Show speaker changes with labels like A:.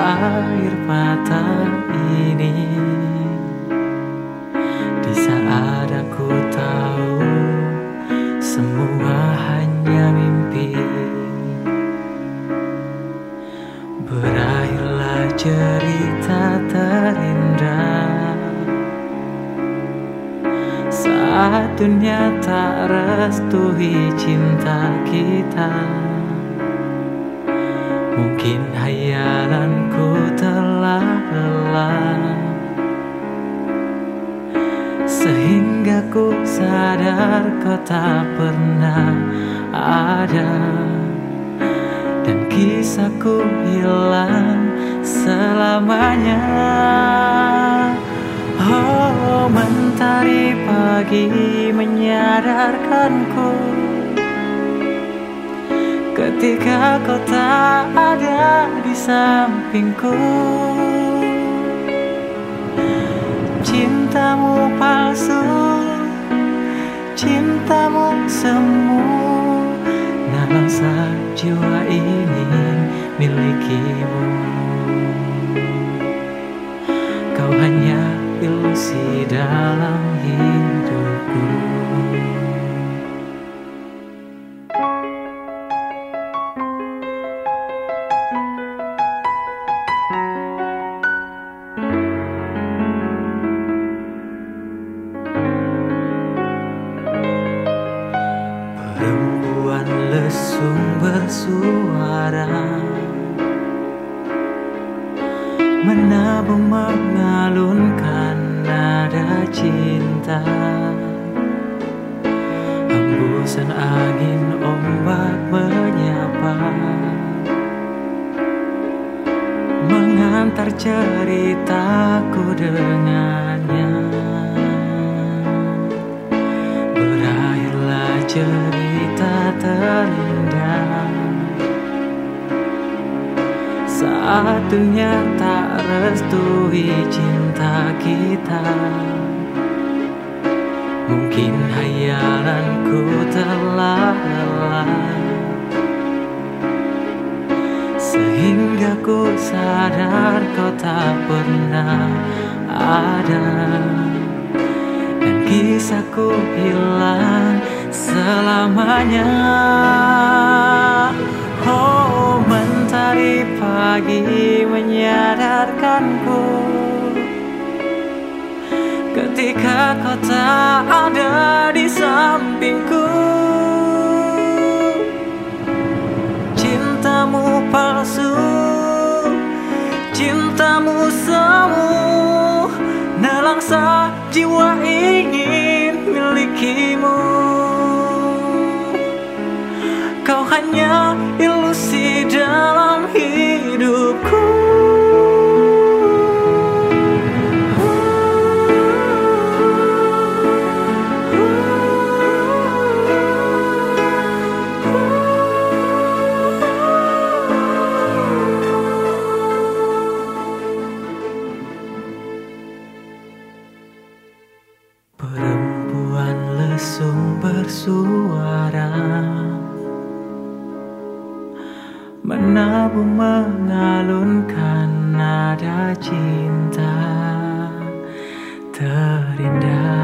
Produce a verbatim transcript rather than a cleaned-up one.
A: air mata ini. Di saat aku tahu semua hanya mimpi, berakhirlah cerita terindah saat dunia tak restui cinta kita. Mungkin hayalanku telah lelah, sehingga ku sadar kau tak pernah ada, dan kisahku hilang selamanya. Oh, mentari pagi menyadarkanku ketika kau tak ada di sampingku. Cintamu palsu, cintamu semu, namun saat jiwa ini milikimu. Kau hanya ilusi dalam hidupku. Perempuan lesung bersuara, menabung mengalunkan nada cinta. Hembusan angin ombak menyapa, mengantar ceritaku dengannya. Berakhirlah cerita terindah saat dunia tak restui cinta kita. Mungkin hayalanku telah lelah, sehingga ku sadar kau tak pernah ada, dan kisahku hilang selamanya. Oh, mentari pagi menyadarkanku ketika kau tak ada di sampingku. Cintamu palsu, cintamu semu, nelangsa jiwa ingin milikimu. Kau hanya ilusi dalam hidupku. Perempuan lesung bersuara, menabung mengalunkan nada cinta terindah.